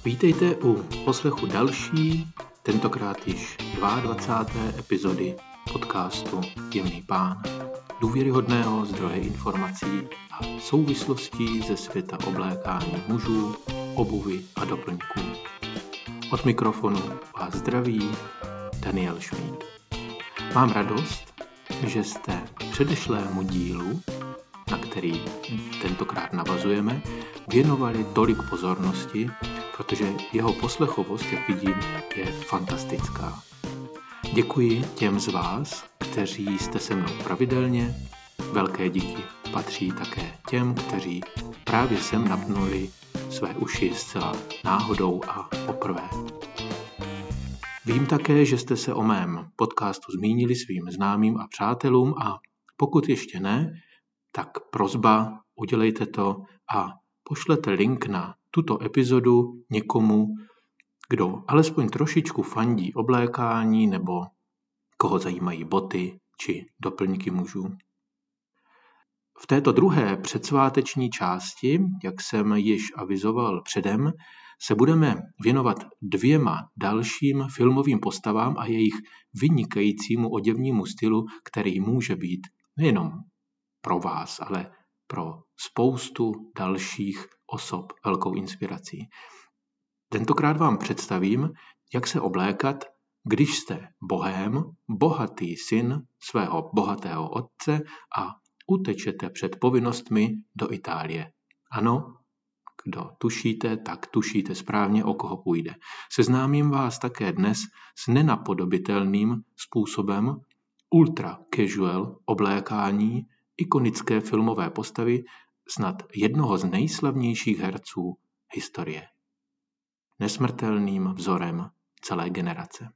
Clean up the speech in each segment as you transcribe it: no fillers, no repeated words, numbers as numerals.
Vítejte u poslechu další, tentokrát již 22. epizody podcastu Jemný pán, důvěryhodného zdroje informací a souvislostí ze světa oblékání mužů, obuvy a doplňků. Od mikrofonu vás zdraví Daniel Šmíd. Mám radost, že jste předešlému dílu, na který tentokrát navazujeme, věnovali tolik pozornosti, protože jeho poslechovost, jak vidím, je fantastická. Děkuji těm z vás, kteří jste se mnou pravidelně. Velké díky patří také těm, kteří právě sem napnuli své uši zcela náhodou a poprvé. Vím také, že jste se o mém podcastu zmínili svým známým a přátelům a pokud ještě ne, tak prosba, udělejte to a pošlete link na tuto epizodu někomu, kdo alespoň trošičku fandí oblékání nebo koho zajímají boty či doplňky mužů. V této druhé předsváteční části, jak jsem již avizoval předem, se budeme věnovat dvěma dalším filmovým postavám a jejich vynikajícímu oděvnímu stylu, který může být nejenom pro vás, ale pro spoustu dalších osob velkou inspirací. Tentokrát vám představím, jak se oblékat, když jste bohém, bohatý syn svého bohatého otce a utečete před povinnostmi do Itálie. Ano, kdo tušíte, tak tušíte správně, o koho půjde. Seznámím vás také dnes s nenapodobitelným způsobem ultra casual oblékání ikonické filmové postavy snad jednoho z nejslavnějších herců historie. Nesmrtelným vzorem celé generace.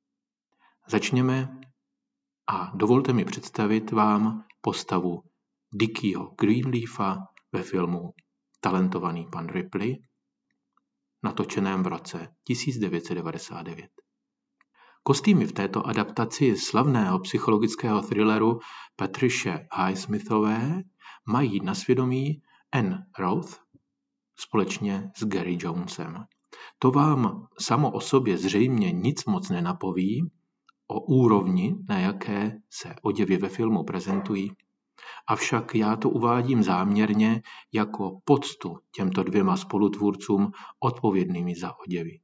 Začněme a dovolte mi představit vám postavu Dickieho Greenleafa ve filmu Talentovaný pan Ripley, natočeném v roce 1999. Kostýmy v této adaptaci slavného psychologického thrilleru Patricia Highsmithové mají na svědomí Anne Roth společně s Gary Jonesem. To vám samo o sobě zřejmě nic moc nenapoví o úrovni, na jaké se oděvy ve filmu prezentují. Avšak já to uvádím záměrně jako poctu těmto dvěma spolutvůrcům odpovědnými za oděvy.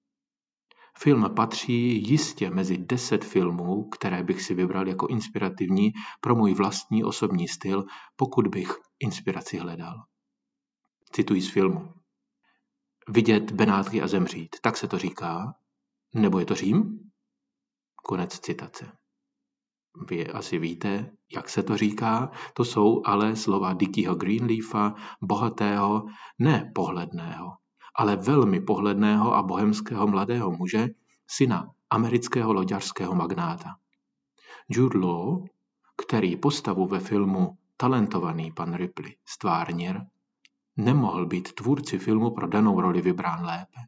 Film patří jistě mezi 10 filmů, které bych si vybral jako inspirativní pro můj vlastní osobní styl, pokud bych inspiraci hledal. Cituji z filmu. Vidět Benátky a zemřít, tak se to říká? Nebo je to Řím? Konec citace. Vy asi víte, jak se to říká, to jsou ale slova Dickieho Greenleafa, bohatého, ne pohledného, ale velmi pohledného a bohemského mladého muže, syna amerického loďařského magnáta. Jude Law, který postavu ve filmu Talentovaný pan Ripley stvárnil, nemohl být tvůrci filmu pro danou roli vybrán lépe.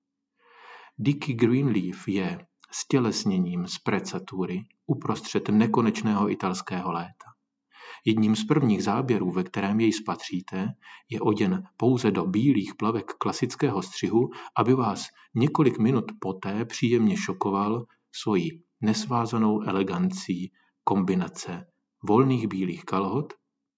Dickie Greenleaf je stělesněním sprezatury uprostřed nekonečného italského léta. Jedním z prvních záběrů, ve kterém jej spatříte, je oděn pouze do bílých plavek klasického střihu, aby vás několik minut poté příjemně šokoval svojí nesvázanou elegancí kombinace volných bílých kalhot,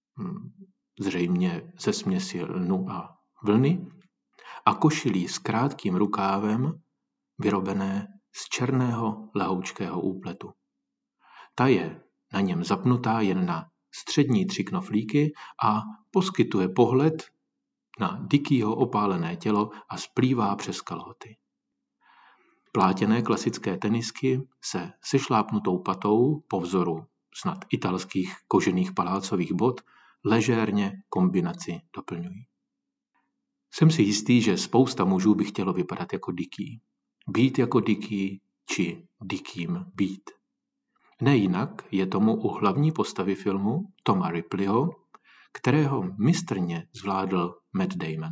zřejmě ze směsi lnu a vlny, a košilí s krátkým rukávem vyrobené z černého lehoučkého úpletu. Ta je na něm zapnutá jen na střední 3 knoflíky a poskytuje pohled na Dickieho opálené tělo a splývá přes kalhoty. Plátěné klasické tenisky se sešlápnutou patou po vzoru snad italských kožených palácových bot ležérně kombinaci doplňují. Jsem si jistý, že spousta mužů by chtělo vypadat jako Dickie. Být jako Dickie či Dickiem být. Nejinak je tomu u hlavní postavy filmu Toma Ripleyho, kterého mistrně zvládl Matt Damon.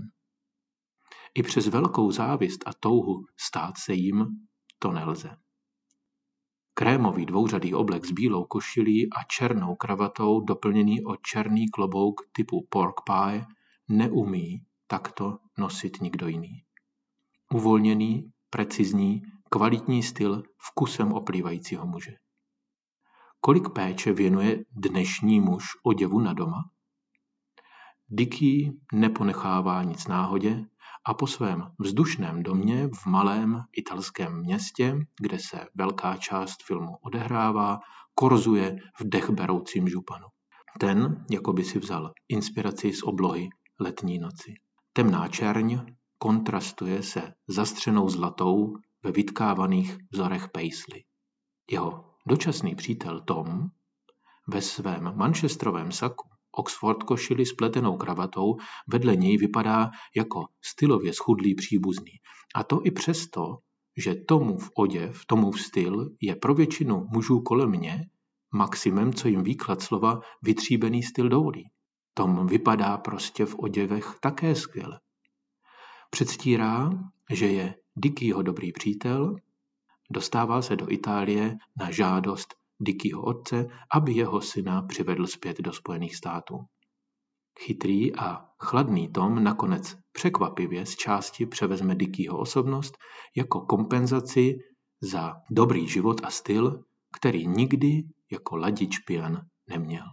I přes velkou závist a touhu stát se jim to nelze. Krémový dvouřadý oblek s bílou košilí a černou kravatou doplněný o černý klobouk typu pork pie neumí takto nosit nikdo jiný. uvolněný, precizní, kvalitní styl vkusem oplývajícího muže. Kolik péče věnuje dnešní muž oděvu na doma? Dickie neponechává nic náhodě a po svém vzdušném domě v malém italském městě, kde se velká část filmu odehrává, korzuje v dechberoucím županu. Ten jako by si vzal inspiraci z oblohy Letní noci. Temná čerň kontrastuje se zastřenou zlatou ve vytkávaných vzorech paisley. Jeho dočasný přítel Tom ve svém manchesterovém saku, Oxford košili s pletenou kravatou vedle něj vypadá jako stylově schudlý příbuzný. A to i přesto, že Tomův oděv, Tomův styl je pro většinu mužů kolem mě maximem, co jim výklad slova vytříbený styl dovolí. Tom vypadá prostě v oděvech také skvěle. Předstírá, že je Dickieho dobrý přítel, dostává se do Itálie na žádost Dickieho otce, aby jeho syna přivedl zpět do Spojených států. Chytrý a chladný Tom nakonec překvapivě z části převezme Dickieho osobnost jako kompenzaci za dobrý život a styl, který nikdy jako ladič pian neměl.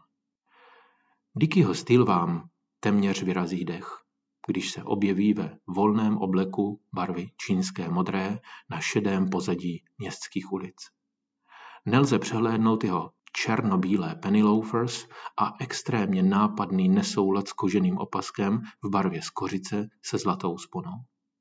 Dickieho styl vám téměř vyrazí dech, když se objeví ve volném obleku barvy čínské modré na šedém pozadí městských ulic. Nelze přehlédnout jeho černobílé penny loafers a extrémně nápadný nesoulad s koženým opaskem v barvě skořice se zlatou sponou.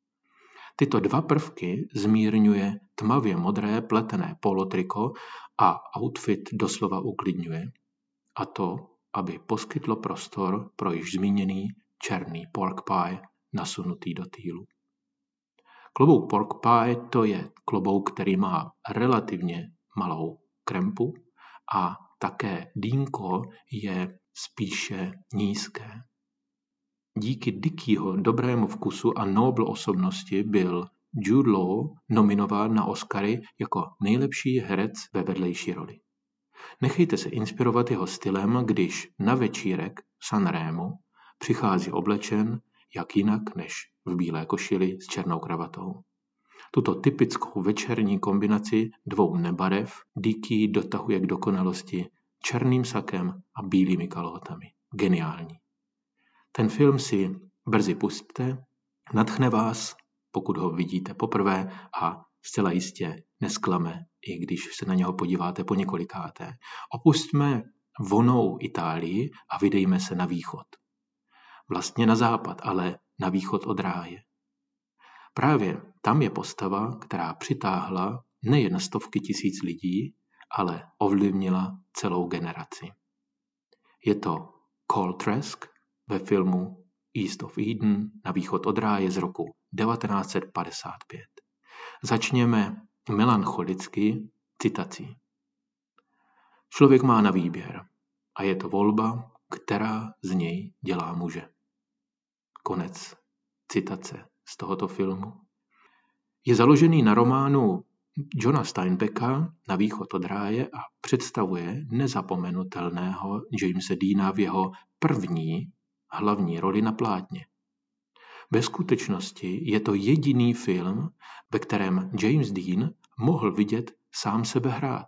Tyto dva prvky zmírňuje tmavě modré pletené polotriko a outfit doslova uklidňuje. A to, aby poskytlo prostor pro již zmíněný černý pork pie nasunutý do týlu. Klobouk pork pie to je klobouk, který má relativně malou krempu a také dýnko je spíše nízké. Díky Dickieho dobrému vkusu a nobl osobnosti byl Jude Law nominován na Oscary jako nejlepší herec ve vedlejší roli. Nechejte se inspirovat jeho stylem, když na večírek v Sanremu přichází oblečen jak jinak než v bílé košili s černou kravatou. Tuto typickou večerní kombinaci dvou nebarev Dickie dotahuje k dokonalosti černým sakem a bílými kalhotami. Geniální. Ten film si brzy pusťte, nadchne vás, pokud ho vidíte poprvé a zcela jistě nesklame, i když se na něho podíváte po několikáté. Opustíme vonou Itálii a vydejme se na východ. Vlastně na západ, ale na východ od ráje. Právě tam je postava, která přitáhla nejen stovky tisíc lidí, ale ovlivnila celou generaci. Je to Cole Trask ve filmu East of Eden, na východ od ráje z roku 1955. Začněme melancholicky citací. Člověk má na výběr a je to volba, která z něj dělá muže. Konec citace z tohoto filmu. Je založený na románu Johna Steinbecka Na východ od ráje a představuje nezapomenutelného Jamese Deana v jeho první hlavní roli na plátně. Ve skutečnosti je to jediný film, ve kterém James Dean mohl vidět sám sebe hrát.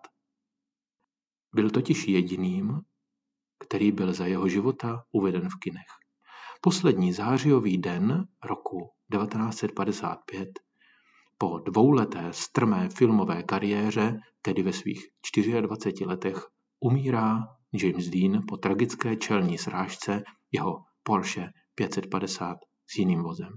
Byl totiž jediným, který byl za jeho života uveden v kinech. Poslední zářijový den roku 1955 po dvouleté strmé filmové kariéře, tedy ve svých 24 letech, umírá James Dean po tragické čelní srážce jeho Porsche 550 s jiným vozem.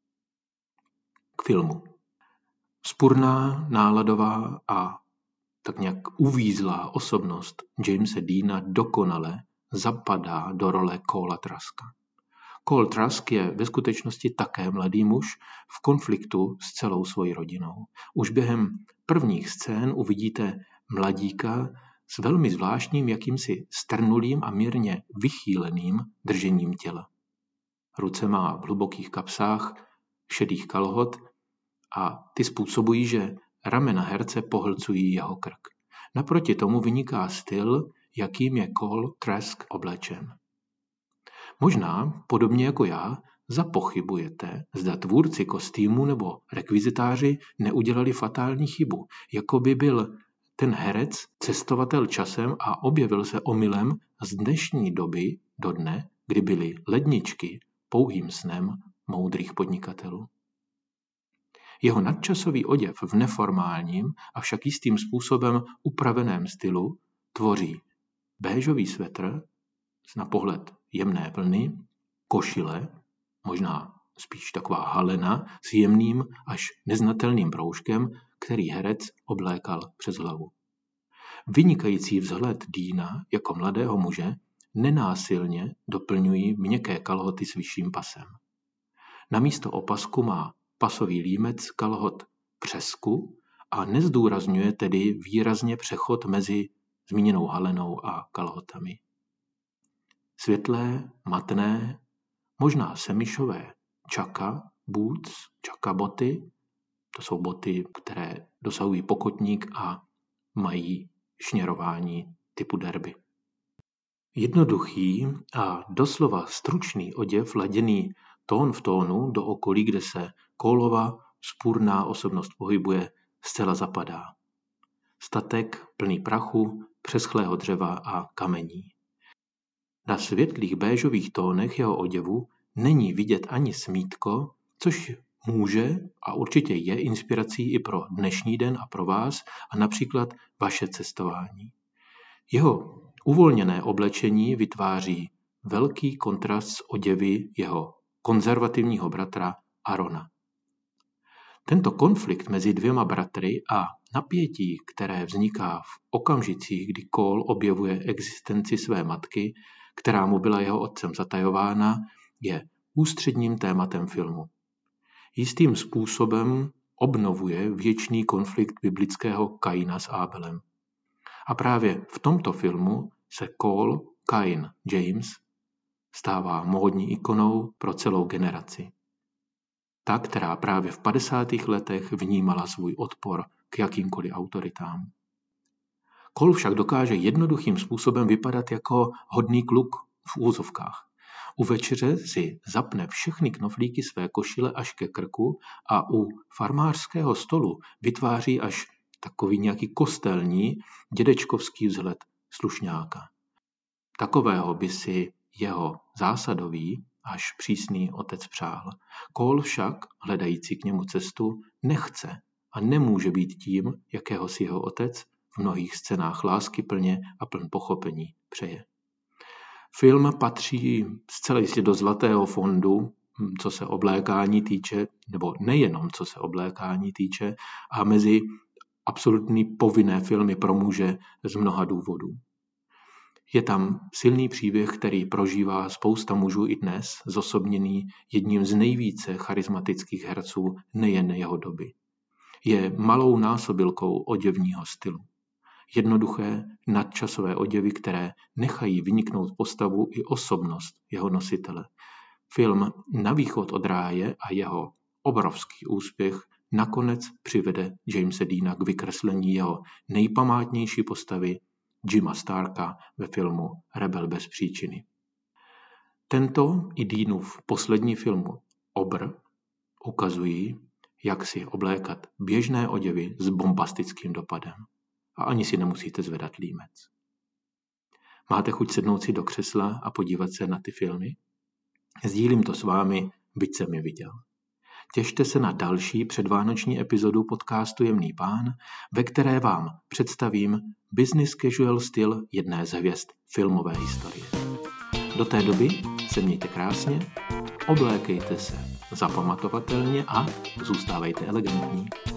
K filmu. Vzpurná, náladová a tak nějak uvízlá osobnost Jamese Deana dokonale zapadá do role Colea Traska. Cole Trask je ve skutečnosti také mladý muž v konfliktu s celou svojí rodinou. Už během prvních scén uvidíte mladíka s velmi zvláštním jakýmsi strnulým a mírně vychýleným držením těla. Ruce má v hlubokých kapsách šedých kalhot a ty způsobují, že ramena herce pohlcují jeho krk. Naproti tomu vyniká styl, jakým je Cole Trask oblečen. Možná, podobně jako já, zapochybujete, zda tvůrci kostýmu nebo rekvizitáři neudělali fatální chybu, jako by byl ten herec cestovatel časem a objevil se omylem z dnešní doby do dne, kdy byly ledničky pouhým snem moudrých podnikatelů. Jeho nadčasový oděv v neformálním, avšak jistým způsobem upraveném stylu tvoří béžový svetr, na pohled jemné vlny, košile, možná spíš taková halena s jemným až neznatelným proužkem, který herec oblékal přes hlavu. Vynikající vzhled Deana jako mladého muže nenásilně doplňují měkké kalhoty s vyšším pasem. Namísto opasku má pasový límec kalhot křesku a nezdůrazňuje tedy výrazně přechod mezi zmíněnou halenou a kalhotami. Světlé, matné, možná semišové čaka boots, čaka boty, to jsou boty, které dosahují pokotník a mají šněrování typu derby. Jednoduchý a doslova stručný oděv laděný tón v tónu do okolí, kde se Coleova vzpůrná osobnost pohybuje, zcela zapadá. Statek plný prachu, přeschlého dřeva a kamení. Na světlých béžových tónech jeho oděvu není vidět ani smítko, což může a určitě je inspirací i pro dnešní den a pro vás a například vaše cestování. Jeho uvolněné oblečení vytváří velký kontrast s oděvy jeho konzervativního bratra Arona. Tento konflikt mezi dvěma bratry a napětí, které vzniká v okamžicích, kdy Cole objevuje existenci své matky, která mu byla jeho otcem zatajována, je ústředním tématem filmu. Jistým způsobem obnovuje věčný konflikt biblického Kaina s Abelem. A právě v tomto filmu se Cole, Cain, James stává módní ikonou pro celou generaci. Ta, která právě v 50. letech vnímala svůj odpor k jakýmkoliv autoritám. Cole však dokáže jednoduchým způsobem vypadat jako hodný kluk v úvozovkách. U večeře si zapne všechny knoflíky své košile až ke krku a u farmářského stolu vytváří až takový nějaký kostelní dědečkovský vzhled slušňáka. Takového by si jeho zásadový až přísný otec přál. Cole však, hledající k němu cestu, nechce a nemůže být tím, jakého si jeho otec v mnohých scénách láskyplně a pln pochopení přeje. Film patří zcela jistě do zlatého fondu, co se oblékání týče, nebo nejenom co se oblékání týče, a mezi absolutní povinné filmy pro muže z mnoha důvodů. Je tam silný příběh, který prožívá spousta mužů i dnes, zosobněný jedním z nejvíce charismatických herců nejen jeho doby. Je malou násobilkou oděvního stylu. Jednoduché, nadčasové oděvy, které nechají vyniknout postavu i osobnost jeho nositele. Film Na východ od ráje a jeho obrovský úspěch nakonec přivede Jamese Deana k vykreslení jeho nejpamátnější postavy Jima Starka ve filmu Rebel bez příčiny. Tento i Deanův poslední film Obr ukazují, jak si oblékat běžné oděvy s bombastickým dopadem. A ani si nemusíte zvedat límec. Máte chuť sednout si do křesla a podívat se na ty filmy? Sdílím to s vámi, byť jsem je viděl. Těšte se na další předvánoční epizodu podcastu Jemný pán, ve které vám představím business casual styl jedné z hvězd filmové historie. Do té doby se mějte krásně, oblékejte se zapamatovatelně a zůstávejte elegantní.